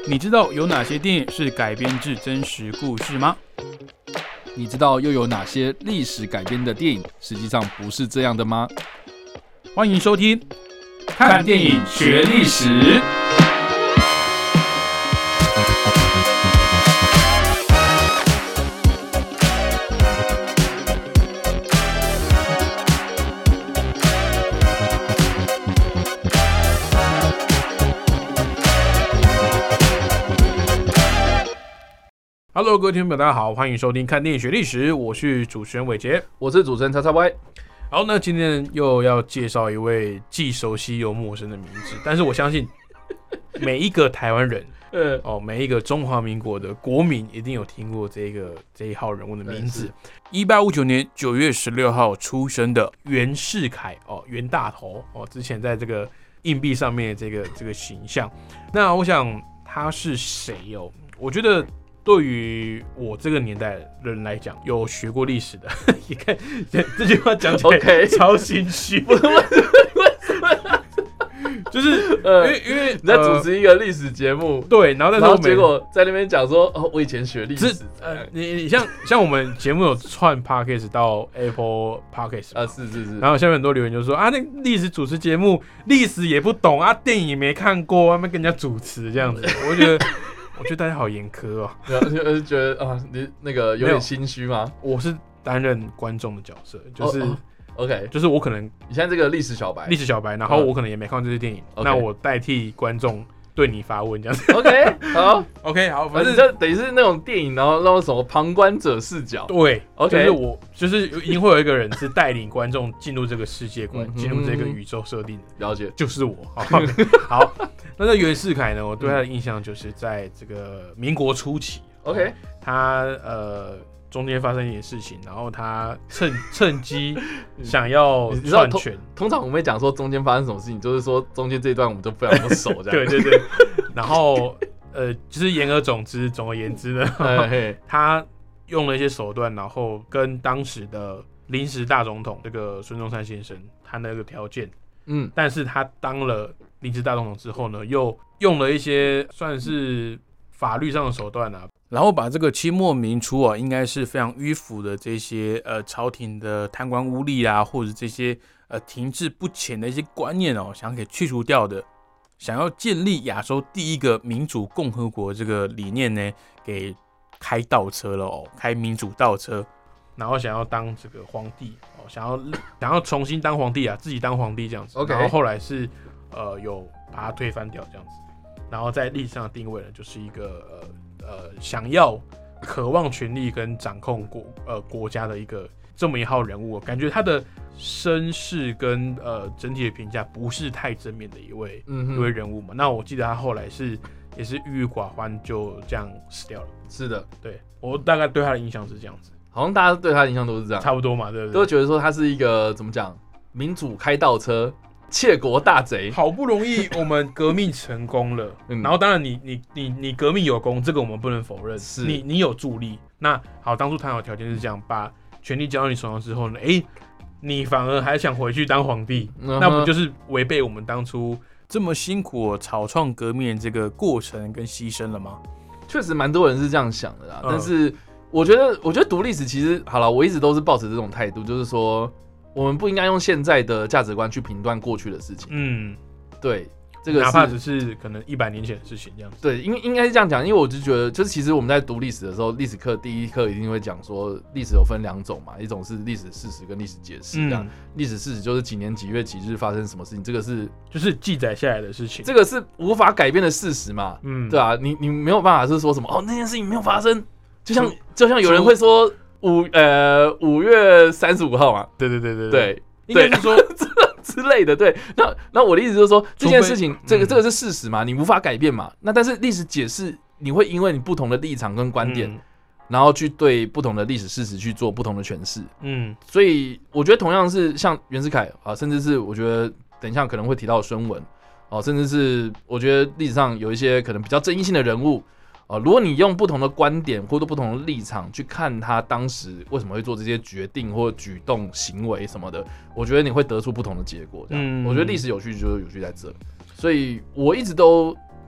你知道有哪些电影是改编自真实故事吗？ 你知道又有哪些历史改编的电影实际上不是这样的吗？ 欢迎收听看电影学历史。Hello， 各位听众朋友，大家好，欢迎收听看电影学历史，我是主持人伟杰， 我是主持人叉叉 Y。 好，那今天又要介绍一位既熟悉又陌生的名字，但是我相信每一个台湾人，每一个中华民国的国民一定有听过这一号人物的名字。1859年9月16号出生的袁世凯，袁大头，之前在这个硬币上面这个形象。那我想他是谁哦？我觉得对于我这个年代的人来讲，有学过历史的，你看这句话讲起来超心虚。就是因为你在主持一个历史节目， 对，然后结果在那边讲说，我以前学历史。 你像我们节目有串 podcast 到 Apple podcast 啊，是。 然后下面很多留言就说啊，那历史主持节目历史也不懂啊，电影也没看过，跟人家主持这样子，我觉得大家好严苛哦。 对啊，觉得啊，你那个有点心虚吗？ 我是担任观众的角色，就是。 OK， 就是我可能你现在这个历史小白， 然后我可能也没看过这些电影，那我代替观众对你发问这样子。 OK， 好 ，OK， 好， 反正就等于是那种电影，然后让什么旁观者视角。 对 ，OK， 就是一定会有一个人是带领观众进入这个世界观，进入这个宇宙设定的。 了解， 就是我。好，那这袁世凯呢？我对他的印象就是在这个民国初期。 OK， 他中间发生一点事情，然后他趁机想要篡权。 通常我们会讲说中间发生什么事情，就是说中间这一段我们就非常不熟，这样。 对。然后就是言而总而言之呢，他用了一些手段，然后跟当时的临时大总统这个孙中山先生谈了一个条件。但是他当了临时大总统之后呢，又用了一些算是法律上的手段啊。然后把这个清末民初啊，应该是非常迂腐的这些朝廷的贪官污吏啊，或者这些停滞不前的一些观念哦，想给去除掉的，想要建立亚洲第一个民主共和国这个理念呢，给开倒车了哦，开民主倒车，然后想要当这个皇帝哦，想要重新当皇帝啊，自己当皇帝这样子。 Okay. 然后后来是有把它推翻掉这样子，然后在历史上的定位呢，就是一个想要渴望权力跟掌控国家的这么一号人物，感觉他的身世跟整体的评价不是太正面的一位人物嘛。那我记得他后来也是郁郁寡欢，就这样死掉了。 是的， 对，我大概对他的印象是这样子， 好像大家对他的印象都是这样， 差不多嘛，对不对？ 都觉得说他是一个怎么讲，民主开倒车。窃国大贼， 好不容易我们革命成功了，然后当然你革命有功，这个我们不能否认， 是你有助力。那好，当初谈好条件是这样，把权力交到你手上之后呢，你反而还想回去当皇帝，那不就是违背我们当初这么辛苦草创革命这个过程跟牺牲了吗？ 确实蛮多人是这样想的啦，但是我觉得读历史其实好了，我一直都是抱持这种态度，就是说。我们不应该用现在的价值观去评断过去的事情。对，这个哪怕只是可能100年前的事情这样子。 对，因为应该是这样讲，因为我就觉得，就是其实我们在读历史的时候，历史课第一课一定会讲说，历史有分2种嘛，一种是历史事实跟历史解释。这样，历史事实就是几年几月几日发生什么事情，这个是就是记载下来的事情， 这个是无法改变的事实嘛。对啊，你没有办法是说什么那件事情没有发生，就像有人会说。5月35号嘛， 对， 应该是说之类的，对。那我的意思就是说，这件事情，这个是事实嘛，你无法改变嘛。那但是历史解释，你会因为你不同的立场跟观点，然后去对不同的历史事实去做不同的诠释。所以我觉得同样是像袁世凯啊，甚至是我觉得等一下可能会提到孙文甚至是我觉得历史上有一些可能比较争议性的人物。如果你用不同的观点或者不同的立场去看他当时为什么会做这些决定或举动行为什么的，我觉得你会得出不同的结果。我觉得历史有趣就是有趣在这，所以我一直都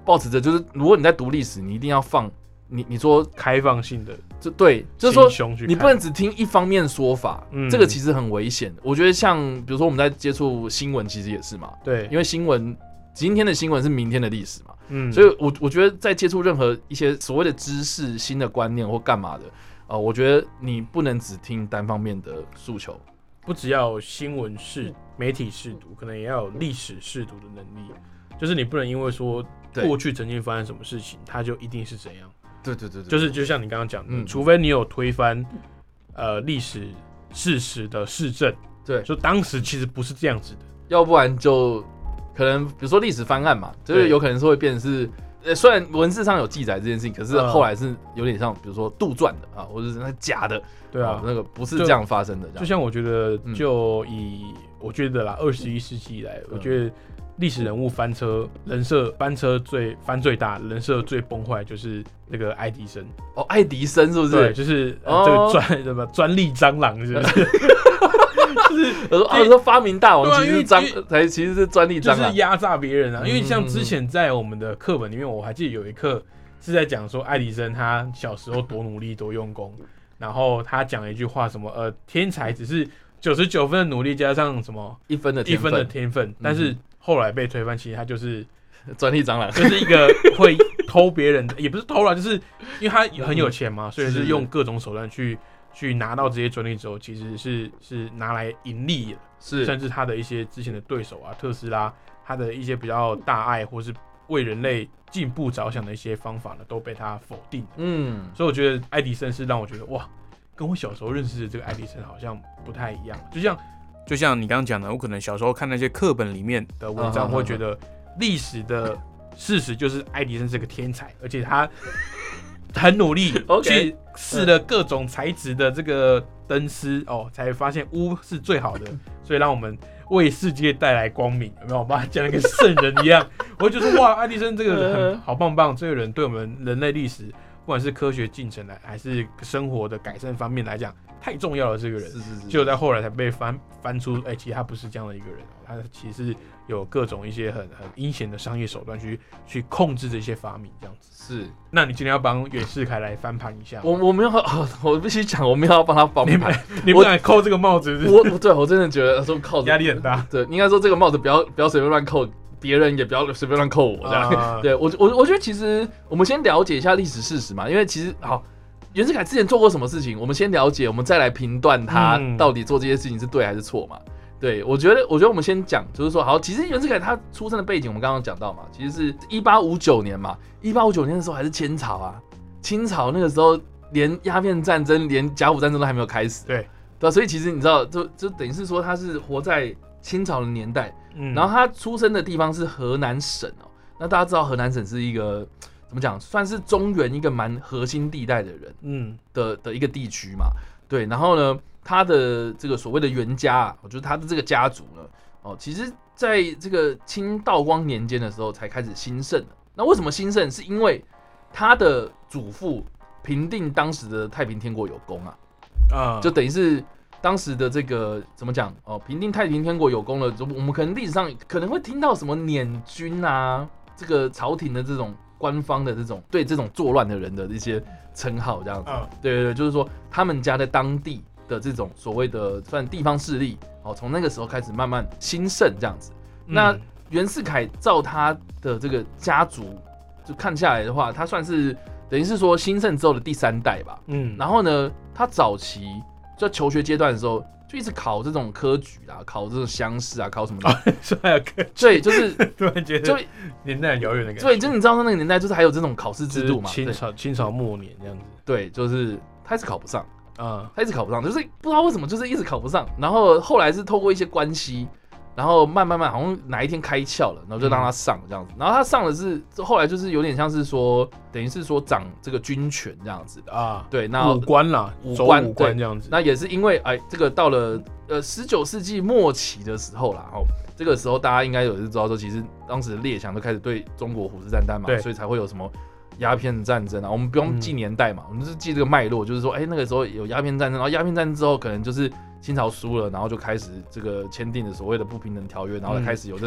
抱持着就是，如果你在读历史，你一定要放你说开放性的， 对，就是说你不能只听一方面说法，这个其实很危险。我觉得像比如说我们在接触新闻，其实也是嘛， 对， 因为今天的新闻是明天的历史嘛，所以我觉得在接触任何一些所谓的知识、新的观念或干嘛的，我觉得你不能只听单方面的诉求。 不只要有新闻媒体识读，可能也要有历史识读的能力。就是你不能因为说过去曾经发生什么事情，它就一定是怎样。 对， 就是就像你刚刚讲的，除非你有推翻历史事实的事证， 对， 就当时其实不是这样子的， 要不然就可能比如说历史翻案嘛，就是有可能是会变成是。虽然文字上有记载这件事情，可是后来是有点像，比如说杜撰的啊，或者是那假的，对啊，那个不是这样发生的。 就像我觉得，我觉得啦，21世纪以来，我觉得历史人物翻车翻最大，人设最崩坏，就是那个爱迪生。 哦，爱迪生是不是？ 对，就是这个专利蟑螂，是不是？ 就是说发明大王其实是专利蟑螂， 就是压榨别人啊。因为像之前在我们的课本里面，我还记得有一课是在讲说爱迪生他小时候多努力多用功，然后他讲了一句话，什么天才只是99分的努力加上什么1分的天分，但是后来被推翻，其实他就是专利蟑螂， 就是一个会偷别人的，也不是偷啦，就是因为他很有钱嘛，所以是用各种手段去拿到这些专利之后，其实是拿来盈利的，是甚至他的一些之前的对手啊，特斯拉，他的一些比较大爱或是为人类进步着想的一些方法呢，都被他否定。所以我觉得爱迪生是让我觉得哇，跟我小时候认识的这个爱迪生好像不太一样。就像你刚刚讲的，我可能小时候看那些课本里面的文章，会觉得历史的事实就是爱迪生是个天才，而且他很努力去试了各种材质的这个灯丝才发现钨是最好的，所以让我们为世界带来光明。有没有？我把他讲得跟圣人一样，我就说哇，爱迪生这个好棒棒，这个人对我们人类历史，不管是科学进程来，还是生活的改善方面来讲，太重要了。这个人，就在后来才被翻出，其实他不是这样的一个人，他其实是有各种一些很阴险的商业手段去控制这些发明，这样子。 是， 那你今天要帮袁世凯来翻盘一下？ 我没有，我必须讲，我没有要帮他翻盘。 你不敢扣这个帽子是不是？ 我真的觉得说扣压力很大。 对，应该说这个帽子不要随便乱扣，别人也不要随便乱扣我这样。对我觉得其实我们先了解一下历史事实嘛，因为其实好，袁世凯之前做过什么事情，我们先了解，我们再来评断他到底做这些事情是对还是错嘛。对，我觉得我们先讲，就是说，好，其实袁世凯他出生的背景，我们刚刚讲到嘛，其实是1859年嘛，1859年的时候还是清朝啊，清朝那个时候连鸦片战争、连甲午战争都还没有开始， 对， 所以其实你知道，就等于是说他是活在清朝的年代，然后他出生的地方是河南省哦，那大家知道河南省是一个怎么讲，算是中原一个蛮核心地带的人，的一个地区嘛，对，然后呢，他的这个所谓的袁家就是他的这个家族呢，其实在这个清道光年间的时候才开始兴盛的。那为什么兴盛？是因为他的祖父平定当时的太平天国有功啊，就等于是当时的这个怎么讲平定太平天国有功了。我们可能历史上可能会听到什么捻军啊，这个朝廷的这种官方的这种对这种作乱的人的一些称号这样子。对，就是说他们家在当地的这种所谓的算地方势力，从那个时候开始慢慢兴盛这样子。那袁世凯照他的这个家族就看下来的话，他算是等于是说兴盛之后的第3代吧。然后呢，他早期在求学阶段的时候，就一直考这种科举啊，考这种乡试啊，考什么的。 说还有科举， 对，就是突然觉得就年代很遥远的感觉。 对，就你知道他那个年代就是还有这种考试制度嘛， 清朝末年这样子。 对，就是他一直考不上。他一直考不上，就是不知道为什么，就是一直考不上。然后后来是透过一些关系，然后慢慢好像哪一天开窍了，然后就让他上这样子。然后他上的是后来就是有点像是说，等于是说掌这个军权这样子的啊。对，那武官啦，武官这样子。 那也是因为这个到了19世纪末期的时候啦，这个时候大家应该有知道说，其实当时的列强都开始对中国虎视眈眈嘛，所以才会有什么鸦片战争啊，我们不用记年代嘛，我们就是记这个脉络，就是说，那个时候有鸦片战争，然后鸦片战争之后，可能就是清朝输了，然后就开始这个签订的所谓的不平等条约，然后开始有这种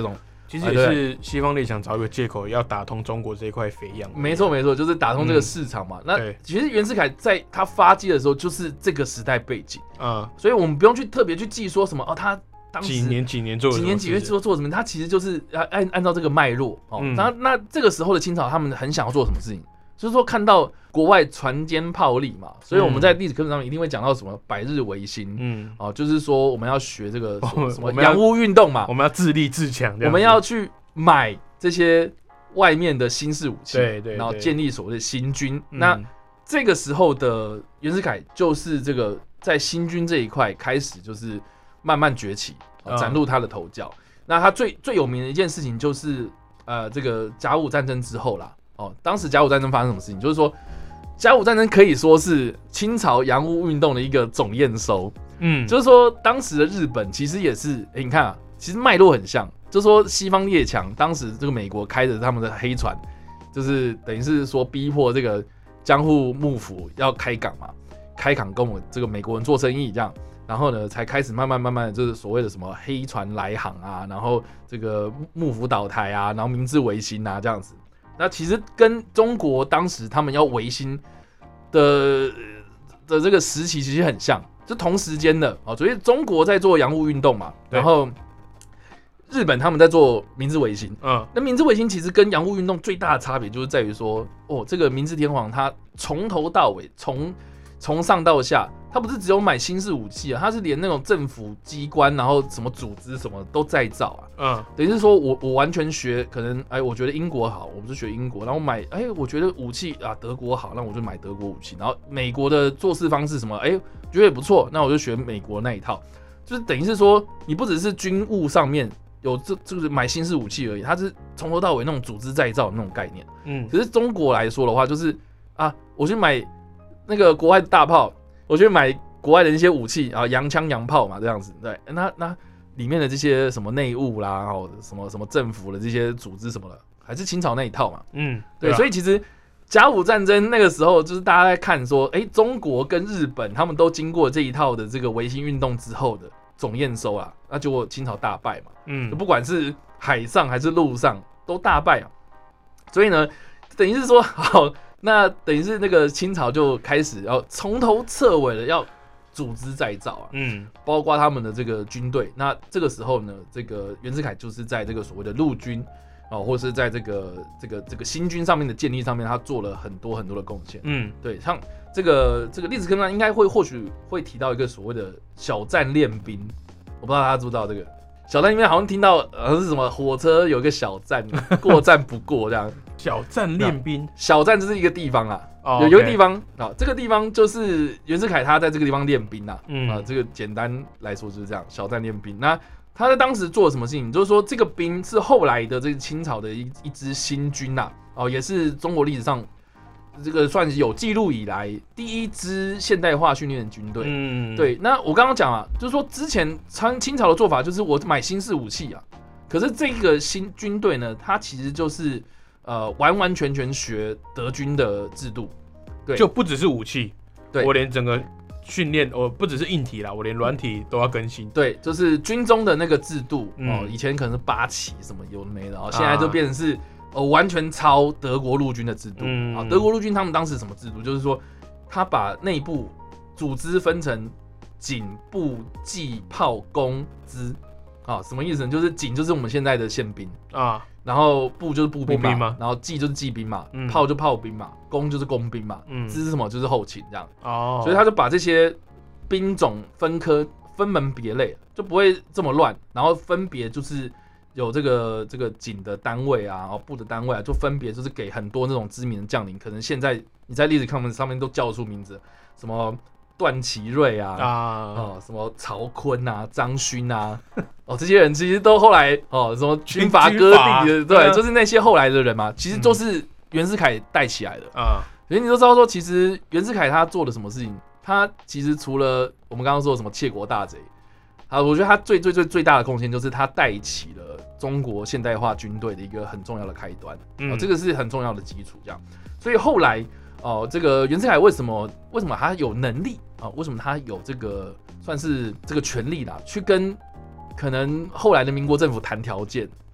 其实也是西方列强找一个借口要打通中国这一块肥羊。 没错，就是打通这个市场嘛。那其实袁世凯在他发迹的时候就是这个时代背景所以我们不用去特别去记说什么他当时几年做几月做什么，他其实就是按照这个脉络那这个时候的清朝他们很想要做什么事情？就是说看到国外船坚炮利嘛，所以我们在历史课本上面一定会讲到什么百日维新，就是说我们要学这个什么洋务运动嘛， 我们要自立自强， 我们要去买这些外面的新式武器， 对， 然后建立所谓的新军。那这个时候的袁世凯就是这个在新军这一块开始就是慢慢崛起，崭露他的头角。那他最有名的一件事情就是这个甲午战争之后啦。当时甲午战争发生什么事情？就是说，甲午战争可以说是清朝洋务运动的一个总验收。就是说，当时的日本其实也是，你看啊，其实脉络很像。就是说，西方列强当时这个美国开着他们的黑船，就是等于是说逼迫这个江户幕府要开港嘛，开港跟我们这个美国人做生意这样。然后呢，才开始慢慢的，就是所谓的什么黑船来航啊，然后这个幕府倒台啊，然后明治维新啊这样子。那其实跟中国当时他们要维新的这个时期其实很像，就同时间的所以中国在做洋务运动嘛，然后日本他们在做明治维新。那明治维新其实跟洋务运动最大的差别就是在于说，这个明治天皇他从头到尾从上到下，他不是只有买新式武器他是连那种政府机关，然后什么组织什么都在造等于是说我完全学，可能我觉得英国好，我不是学英国，然后买我觉得武器德国好，那我就买德国武器，然后美国的做事方式什么觉得也不错，那我就学美国那一套，就是等于是说你不只是军务上面有就是买新式武器而已，它是从头到尾那种组织再造的那种概念。可是中国来说的话，就是我去买那个国外的大炮，我去买国外的那些武器洋枪洋炮嘛，这样子。对，那里面的这些什么内务啦，什么政府的这些组织什么的，还是清朝那一套嘛。对，所以其实甲午战争那个时候，就是大家在看说，中国跟日本他们都经过这一套的这个维新运动之后的总验收啊，那结果清朝大败嘛。不管是海上还是陆上都大败所以呢，等于是说好。那等于是那个清朝就开始要从头彻尾的要组织再造包括他们的这个军队。那这个时候呢，这个袁世凯就是在这个所谓的陆军或是在这个新军上面的建立上面，他做了很多的贡献。对，像这个历史课上应该或许会提到一个所谓的小站练兵，我不知道大家知不知道这个。小站里面好像听到是什么火车有一个小站过站不过这样。 小站练兵， 小站就是一个地方有一个地方这个地方就是袁世凯他在这个地方练兵这个简单来说就是这样，小站练兵。那他在当时做了什么事情？就是说这个兵是后来的这个清朝的一支新军也是中国历史上这个算是有记录以来第一支现代化训练的军队。对。那我刚刚讲就是说之前清朝的做法就是我买新式武器可是这个新军队呢，它其实就是完全学德军的制度。对， 就不只是武器， 对， 我连整个训练，我不只是硬体啦，我连软体都要更新。 对，就是军中的那个制度以前可能是8旗什么有的没的现在就变成是完全抄德国陆军的制度。德国陆军他们当时什么制度？就是说他把内部组织分成警、部、骑、炮、工、资。什么意思呢？就是警就是我们现在的宪兵然后步就是步兵嘛，然后骑就是骑兵嘛，炮就炮兵嘛，工就是工兵嘛，资是什么？就是后勤这样。所以他就把这些兵种分门别类，就不会这么乱，然后分别就是有这个警的单位然后部的单位就分别就是给很多那种知名的将领，可能现在你在历史课本上面都叫得出名字，什么段祺瑞什么曹锟张勋这些人其实都后来什么军阀割地的，对，就是那些后来的人嘛，其实都是袁世凯带起来的所以你都知道说，其实袁世凯他做了什么事情，他其实除了我们刚刚说的什么窃国大贼，我觉得他最大的贡献就是他带起了中国现代化军队的一个很重要的开端这个是很重要的基础这样。所以后来这个袁世凯为什么他有能力为什么他有这个算是这个权力去跟可能后来的民国政府谈条件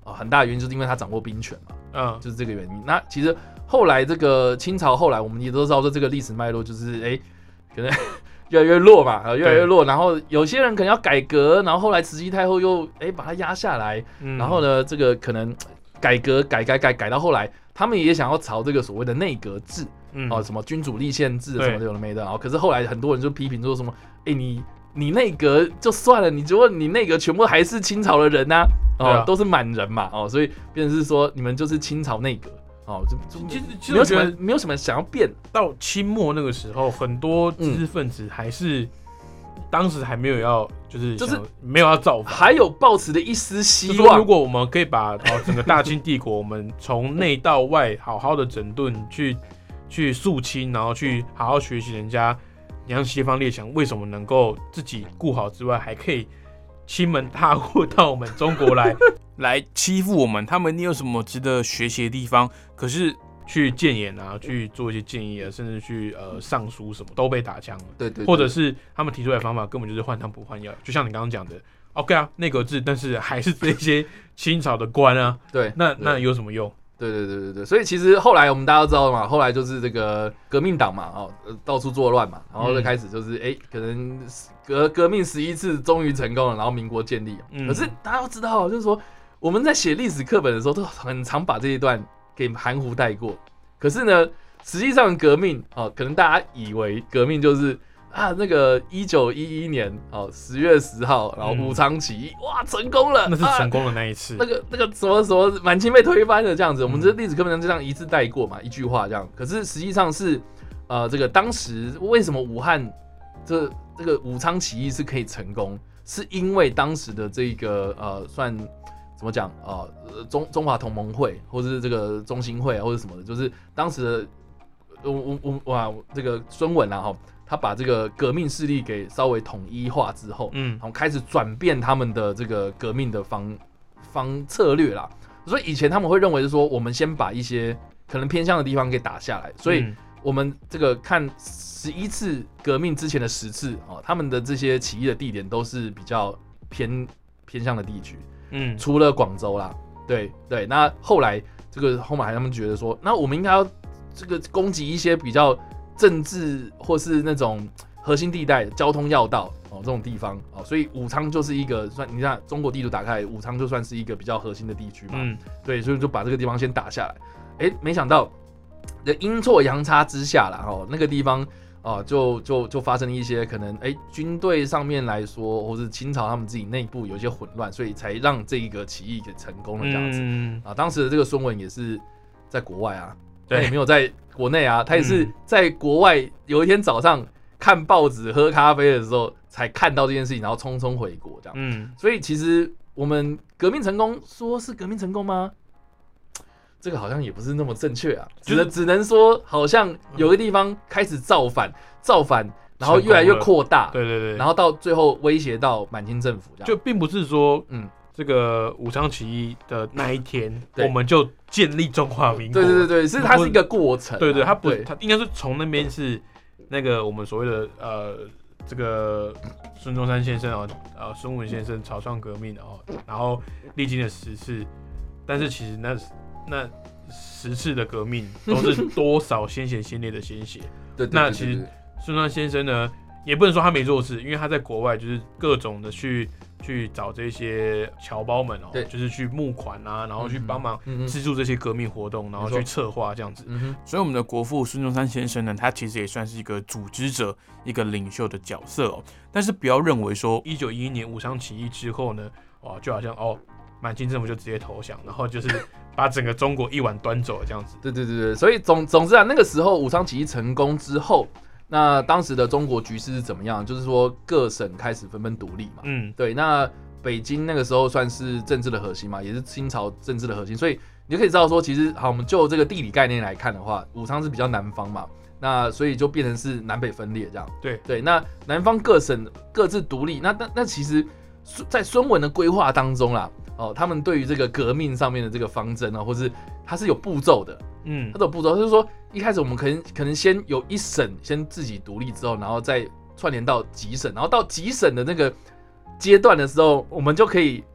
很大的原因就是因为他掌握兵权嘛，就是这个原因。那其实后来这个清朝后来我们也都知道说这个历史脉络就是可能越来越弱嘛，越来越弱，然后有些人可能要改革，然后后来慈禧太后又把它压下来，然后呢这个可能改革改到后来，他们也想要朝这个所谓的内阁制，什么君主立宪制什么的有的没的，然后可是后来很多人就批评说什么，你内阁就算了，你结果你内阁全部还是清朝的人啊，都是满人嘛，所以变成是说你们就是清朝内阁。其实没有什么想要变。 到清末那个时候，很多知识分子还是当时还没有要，就是没有要造反， 还有抱持的一丝希望。 就说如果我们可以把整个大清帝国，我们从内到外好好的整顿，去肃清，然后去好好学习人家，你像西方列强为什么能够自己顾好之外，还可以亲门踏户到我们中国来欺负我们，他们一定有什么值得学习的地方？可是去谏言啊，去做一些建议啊，甚至去上书什么都被打枪了。 对， 或者是他们提出来的方法根本就是换汤不换药，就像你刚刚讲的 ，OK 啊，内阁制，但是还是这些清朝的官啊， 对， 那有什么用？ 对，所以其实后来我们大家都知道嘛，后来就是这个革命党嘛，到处作乱嘛，然后就开始就是可能革命11次终于成功了，然后民国建立。可是大家都知道，就是说我们在写历史课本的时候，都很常把这一段给含糊带过。可是呢，实际上革命可能大家以为革命就是那个1911年10月10号，然后武昌起义，哇，成功了， 那是成功的那一次。 那个什么满清被推翻了这样子，我们这历史课本上就这样一字带过嘛，一句话这样。可是实际上是这个当时为什么武汉这个武昌起义是可以成功，是因为当时的这个算怎么讲中华同盟会或者是这个中兴会或者什么的，就是当时的这个孙文啊他把这个革命势力给稍微统一化之后，然后开始转变他们的这个革命的方策略啦。所以以前他们会认为是说，我们先把一些可能偏向的地方给打下来。所以我们这个看11次革命之前的10次他们的这些起义的地点都是比较偏向的地区，除了广州啦，对，那后来这个后面他们觉得说，那我们应该要这个攻击一些比较政治或是那种核心地带、交通要道这种地方所以武昌就是一个算你看中国地图打开，武昌就算是一个比较核心的地区嘛，对，所以就把这个地方先打下来。没想到阴错阳差之下啦那个地方就发生了一些可能军队上面来说，或是清朝他们自己内部有一些混乱，所以才让这一个起义给成功了这样子当时的这个孙文也是在国外他也没有在国内他也是在国外。有一天早上看报纸喝咖啡的时候才看到这件事情，然后匆匆回国这样。所以其实我们革命成功，说是革命成功吗？这个好像也不是那么正确只能说好像有个地方开始造反，然后越来越扩大， 对， 然后到最后威胁到满清政府这样。 就并不是说这个武昌起义的那一天，我们就建立中华民国。 对，是它是一个过程。 对，它不，它应该是从那边是那个我们所谓的这个孙中山先生孙文先生草创革命然后历经了10次，但是其实那10次的革命都是多少鲜血先烈的鲜血。 对， 那其实孙中山先生呢，也不能说他没做事，因为他在国外就是各种的去找这些侨胞们就是去募款然后去帮忙资助这些革命活动，然后去策划这样子。所以我们的国父孙中山先生呢，他其实也算是一个组织者、一个领袖的角色但是不要认为说1911年武昌起义之后呢，就好像满清政府就直接投降，然后就是把整个中国一碗端走了这样子。 对，所以总之那个时候武昌起义成功之后，那当时的中国局势是怎么样？就是说各省开始纷纷独立嘛。对，那北京那个时候算是政治的核心嘛，也是清朝政治的核心，所以你就可以知道说，其实我们就这个地理概念来看的话，武昌是比较南方嘛，那所以就变成是南北分裂这样。对，那南方各省各自独立，那其实，在孙文的规划当中啦。他们对于这个革命上面的这个方针或是它是有步骤的，它有步骤，就是说一开始我们可能先有一省先自己独立之后，然后再串联到几省，然后到几省的那个阶段的时候，我们就可以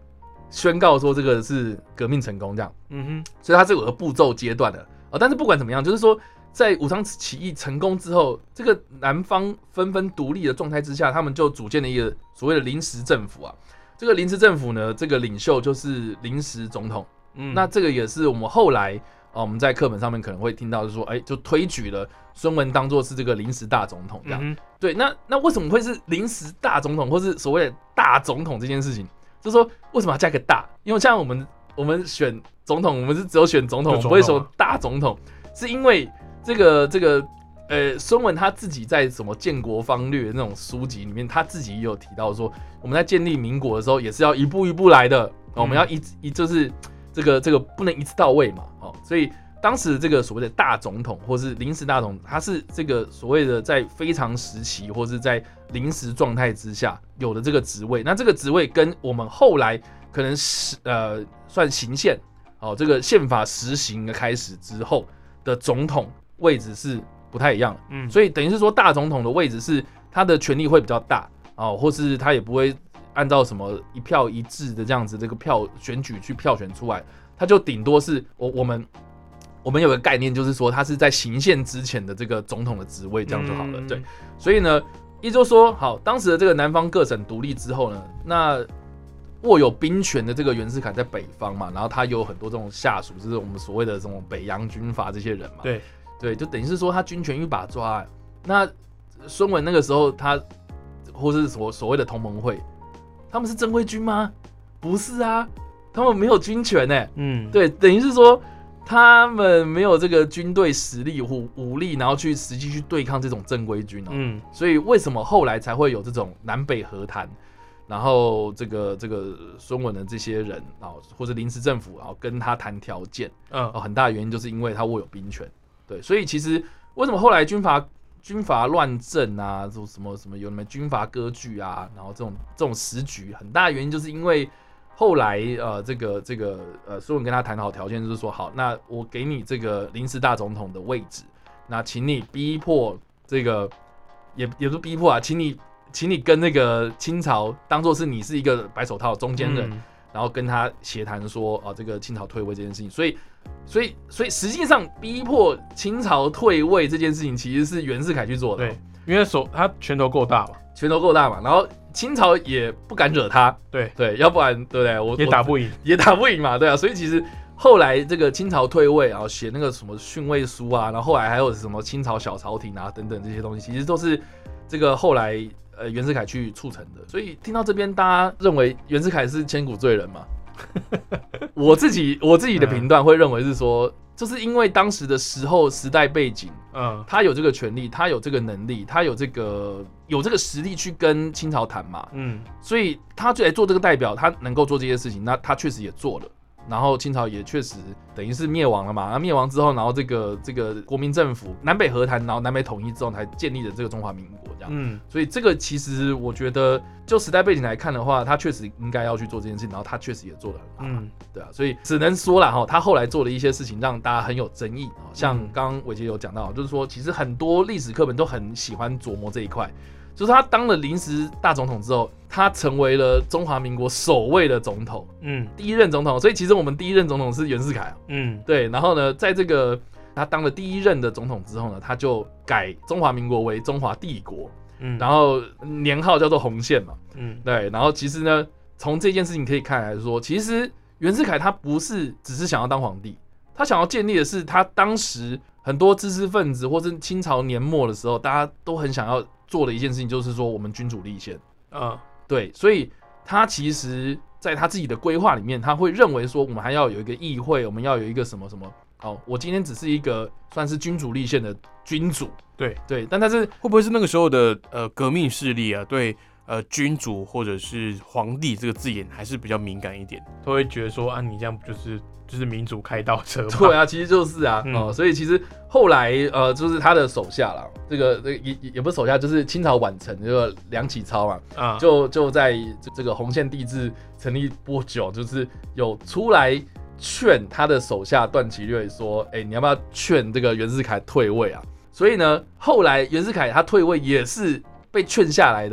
宣告说这个是革命成功这样。所以它是有个步骤阶段的但是不管怎么样，就是说在武昌起义成功之后，这个南方纷纷独立的状态之下，他们就组建了一个所谓的临时政府啊。这个临时政府呢，这个领袖就是临时总统。那这个也是我们后来我们在课本上面可能会听到，就是说，就推举了孙文当作是这个临时大总统这样。对，那为什么会是临时大总统，或是所谓的大总统这件事情？就是说，为什么要加个大？因为像我们选总统，我们是只有选总统，不会说大总统，是因为这个孙文他自己在什么建国方略那种书籍里面，他自己也有提到说，我们在建立民国的时候也是要一步一步来的，我们要就是这个不能一次到位嘛，所以当时这个所谓的大总统或是临时大总统，他是这个所谓的在非常时期或是在临时状态之下有的这个职位。那这个职位跟我们后来可能算行宪这个宪法实行的开始之后的总统位置是不太一样的。所以等于是说大总统的位置是他的权力会比较大或是他也不会按照什么一票一制的这样子这个选举去票选出来，他就顶多是我们有个概念，就是说他是在行宪之前的这个总统的职位，这样就好了。对，所以呢，也就是说，好，当时的这个南方各省独立之后呢，那握有兵权的这个袁世凯在北方嘛，然后他有很多这种下属，就是我们所谓的这种北洋军阀这些人嘛。对，就等于是说他军权一把抓。那孙文那个时候他或是所谓的同盟会，他们是正规军吗？不是啊，他们没有军权对，等于是说他们没有这个军队实力武力，然后去实际去对抗这种正规军所以为什么后来才会有这种南北和谈，然后这个孙文的这些人或者临时政府跟他谈条件很大的原因就是因为他握有兵权。对，所以其实为什么后来军阀乱政啊，什么有什么军阀割据啊，然后这种时局，很大的原因就是因为后来这个孙文跟他谈好条件，就是说好，那我给你这个临时大总统的位置，那请你逼迫这个也不是逼迫啊，请你跟那个清朝当作是你是一个白手套中间人，然后跟他协谈说这个清朝退位这件事情。所以实际上逼迫清朝退位这件事情其实是袁世凯去做的。 对，因为他拳头够大嘛，然后清朝也不敢惹他。对，要不然对不对？我也打不赢嘛，对啊。所以其实后来这个清朝退位，然后写那个什么训位书啊，然后后来还有什么清朝小朝廷啊等等这些东西，其实都是这个后来袁世凯去促成的。所以听到这边，大家认为袁世凯是千古罪人吗？我自己的评断会认为是说，就是因为当时的时代背景，他有这个权利，他有这个能力，他有这个实力去跟清朝谈嘛，所以他就来做这个代表，他能够做这些事情，那他确实也做了。然后清朝也确实等于是灭亡了嘛，那灭亡之后，然后这个国民政府南北和谈，然后南北统一之后才建立了这个中华民国这样。所以这个其实我觉得就时代背景来看的话，他确实应该要去做这件事情，然后他确实也做得很好。对啊，所以只能说啦他后来做了一些事情让大家很有争议，像刚刚伟杰有讲到，就是说其实很多历史课本都很喜欢琢磨这一块。就是他当了临时大总统之后，他成为了中华民国首位的总统，第一任总统。所以其实我们第一任总统是袁世凯对。然后呢，在这个他当了第一任的总统之后呢，他就改中华民国为中华帝国，然后年号叫做洪宪嘛，对。然后其实呢，从这件事情可以看来说，其实袁世凯他不是只是想要当皇帝，他想要建立的是他当时很多知识分子或是清朝年末的时候，大家都很想要做的一件事情，就是说我们君主立宪。对，所以他其实在他自己的规划里面，他会认为说我们还要有一个议会，我们要有一个什么什么。好，我今天只是一个算是君主立宪的君主。对，但是会不会是那个时候的革命势力啊，对君主或者是皇帝这个字眼还是比较敏感一点，都会觉得说你这样不就是民主开倒车吗？ 对啊，其实就是啊，所以其实后来就是他的手下啦，这个也不是手下，就是清朝晚臣这个梁启超嘛，就在这个洪宪帝制成立不久，就是有出来劝他的手下段祺瑞说，你要不要劝这个袁世凯退位啊？所以呢，后来袁世凯他退位也是被劝下来的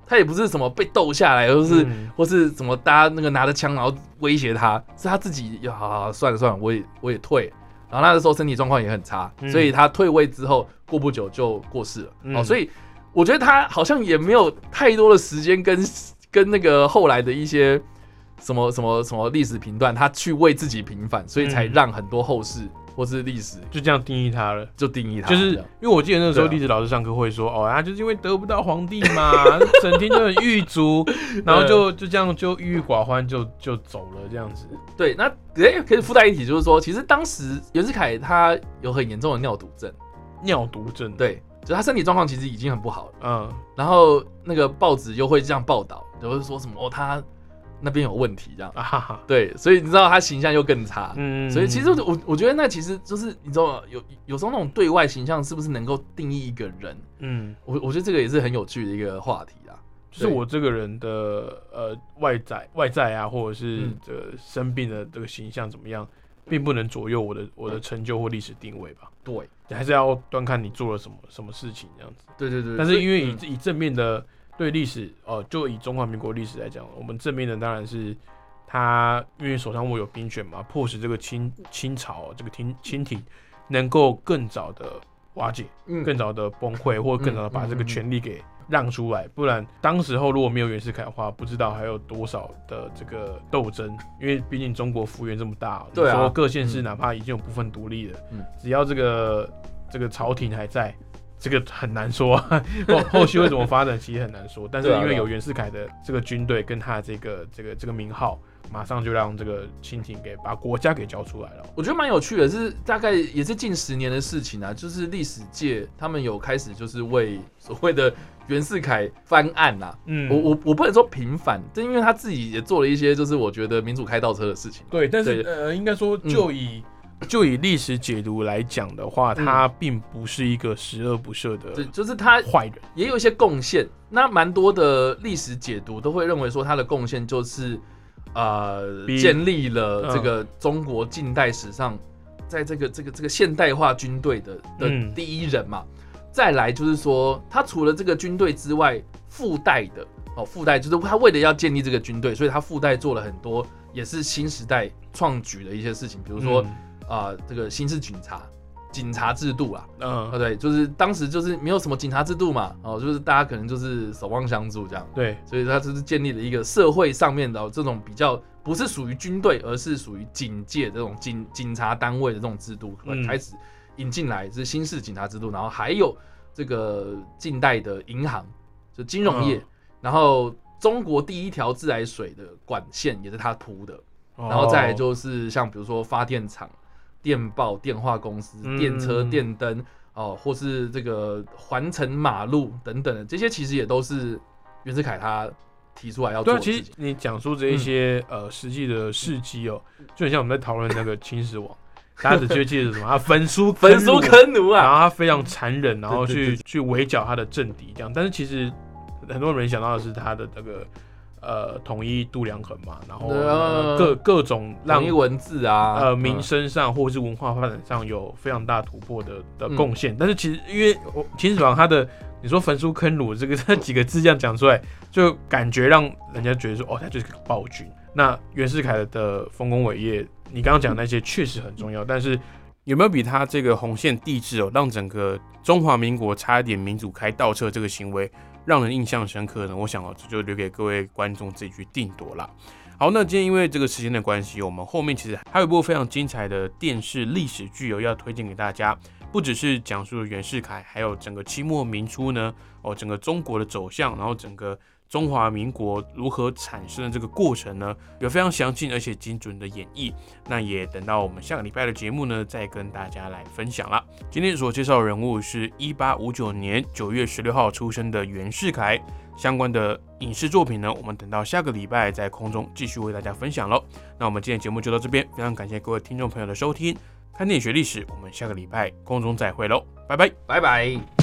他也不是什么被斗下来，或是什么大家那个拿着枪然后威胁他，是他自己好算了，我也退。然后那时候身体状况也很差，所以他退位之后过不久就过世了。所以我觉得他好像也没有太多的时间跟那个后来的一些什么历史评断，他去为自己平反，所以才让很多后世或是历史就这样定义他了， 就是因为我记得那个时候历史老师上课会说，他就是因为得不到皇帝嘛，整天就很狱卒，然后就这样就郁郁寡欢就走了这样子。 对，那可以附带一提，就是说，其实当时袁世凯他有很严重的尿毒症，对，就他身体状况其实已经很不好了，然后那个报纸又会这样报道，就是说什么他那边有问题这样，对，所以你知道他形象又更差，所以其实我觉得那其实就是你知道吗？有时候那种对外形象是不是能够定义一个人？我觉得这个也是很有趣的一的话题啦。 就是我这个人的外在啊，或者是这个生病的这个形象怎么样，并不能左右我的成就或历史定位吧？ 对， 还是要端看你做了什么事情这样子。 对。 但是因为以正面的。对历史就以中华民国历史来讲，我们正面的当然是他因为手上握有兵权嘛，迫使这个清朝这个清廷能够更早的瓦解，更早的崩溃，或更早的把这个权力给让出来。不然当时候如果没有袁世凯的话，不知道还有多少的这个斗争。因为毕竟中国幅员这么大， 对啊， 你说各县市哪怕已经有部分独立了，只要这个朝廷还在。这个很难说啊，后续会怎么发展其实很难说，但是因为有袁世凯的这个军队跟他这个名号，马上就让这个清廷给把国家给交出来了。 我觉得蛮有趣的，是大概也是近10年的事情啊，就是历史界他们有开始就是为所谓的袁世凯翻案啦。我不能说平反，但因为他自己也做了一些就是我觉得民主开倒车的事情。 对，但是应该说就以历史解读来讲的话，他并不是一个十恶不赦的， 就是他坏人， 也有一些贡献。那蛮多的历史解读都会认为说他的贡献就是建立了这个中国近代史上，在这个现代化军队的第一人嘛。再来就是说，他除了这个军队之外，附带就是他为了要建立这个军队，所以他附带做了很多也是新时代创举的一些事情，比如说。这个新式警察制度啦，对，就是当时就是没有什么警察制度嘛，就是大家可能就是守望相助这样， 对， 所以他就是建立了一个社会上面的这种比较不是属于军队，而是属于警界这种警察单位的这种制度，开始引进来是新式警察制度，然后还有这个近代的银行，就金融业，然后中国第一条自来水的管线也是他铺的，然后再来就是像比如说发电厂。电报、电话公司、电车、电灯，或是这个环城马路等等的，这些其实也都是袁世凯他提出来要做的事情。 对，其实你讲述这一些实际的事迹就很像我们在讨论那个秦始皇，大家只记得什么？他焚书坑儒啊， 然后他非常残忍，然后去围剿他的政敌这样。但是其实很多人没想到的是他的这个。统一度量衡嘛，然后各种让统一文字啊， 民生上或是文化发展上有非常大突破的贡献。但是其实因为秦始皇他的你说焚书坑儒这几个字这样讲出来，就感觉让人家觉得说他就是个暴君。那袁世凯的丰功伟业，你刚刚讲那些确实很重要，但是有没有比他这个红线帝制让整个中华民国差一点民主开倒车这个行为？让人印象深刻呢，我想这就留给各位观众自己去定夺啦。好，那今天因为这个时间的关系，我们后面其实还有一部非常精彩的电视历史剧要推荐给大家，不只是讲述了袁世凯，还有整个清末民初呢，整个中国的走向，然后整个中华民国如何产生的这个过程呢，有非常详尽而且精准的演绎。那也等到我们下个礼拜的节目呢，再跟大家来分享啦。今天所介绍的人物是1859年9月16号出生的袁世凯，相关的影视作品呢，我们等到下个礼拜在空中继续为大家分享咯。那我们今天节目就到这边，非常感谢各位听众朋友的收听，看电影学历史，我们下个礼拜空中再会咯，拜拜， 拜拜。